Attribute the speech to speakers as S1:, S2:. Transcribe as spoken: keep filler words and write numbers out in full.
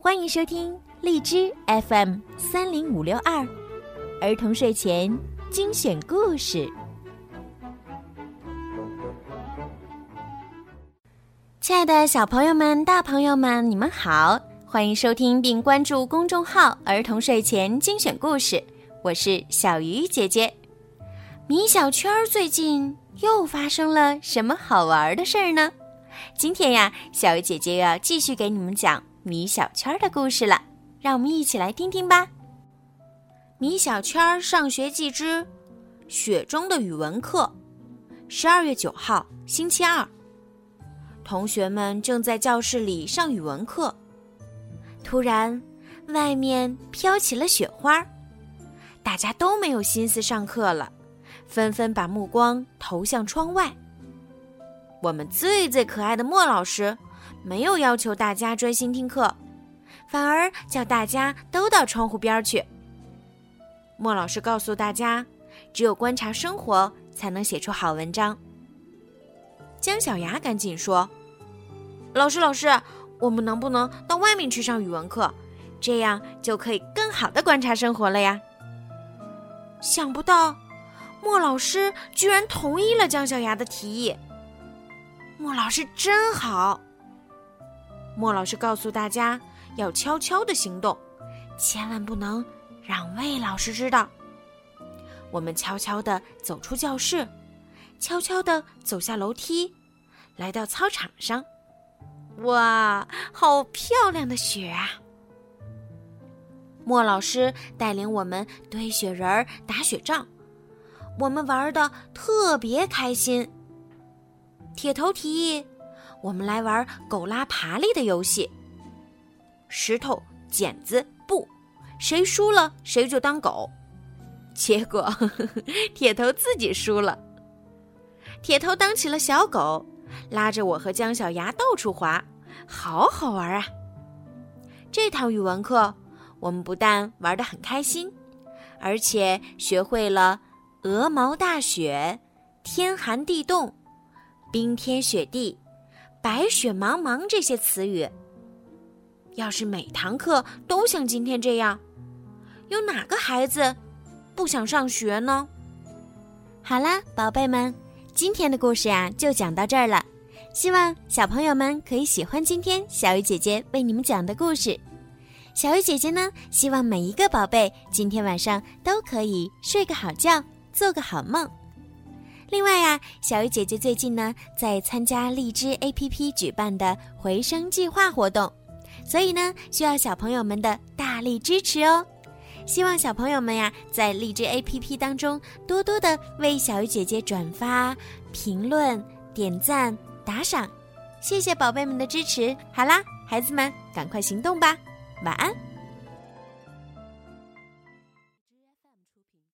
S1: 欢迎收听荔枝 F M 三零五六二儿童睡前精选故事。亲爱的小朋友们、大朋友们，你们好，欢迎收听并关注公众号儿童睡前精选故事，我是小鱼姐姐。米小圈最近又发生了什么好玩的事儿呢？今天呀，小鱼姐姐要继续给你们讲米小圈的故事了，让我们一起来听听吧。米小圈上学记之雪中的语文课，十二月九号，星期二。同学们正在教室里上语文课，突然外面飘起了雪花，大家都没有心思上课了，纷纷把目光投向窗外。我们最最可爱的莫老师没有要求大家专心听课，反而叫大家都到窗户边去。莫老师告诉大家，只有观察生活才能写出好文章。姜小牙赶紧说，老师老师，我们能不能到外面去上语文课，这样就可以更好地观察生活了呀。想不到莫老师居然同意了姜小牙的提议，莫老师真好。莫老师告诉大家要悄悄地行动，千万不能让魏老师知道。我们悄悄地走出教室，悄悄地走下楼梯，来到操场上。哇，好漂亮的雪啊！莫老师带领我们堆雪人、打雪仗，我们玩得特别开心。铁头提议我们来玩狗拉爬犁的游戏，石头剪子布，谁输了谁就当狗。结果呵呵铁头自己输了，铁头当起了小狗，拉着我和姜小牙到处滑，好好玩啊。这堂语文课我们不但玩得很开心，而且学会了鹅毛大雪、天寒地冻、冰天雪地、白雪茫茫这些词语。要是每堂课都像今天这样，有哪个孩子不想上学呢？好啦，宝贝们，今天的故事呀就讲到这儿了，希望小朋友们可以喜欢今天小鱼姐姐为你们讲的故事。小鱼姐姐呢，希望每一个宝贝今天晚上都可以睡个好觉，做个好梦。另外呀，小鱼姐姐最近呢在参加荔枝 A P P 举办的回声计划活动，所以呢需要小朋友们的大力支持哦。希望小朋友们呀在荔枝 A P P 当中多多的为小鱼姐姐转发、评论、点赞、打赏，谢谢宝贝们的支持。好啦，孩子们赶快行动吧，晚安。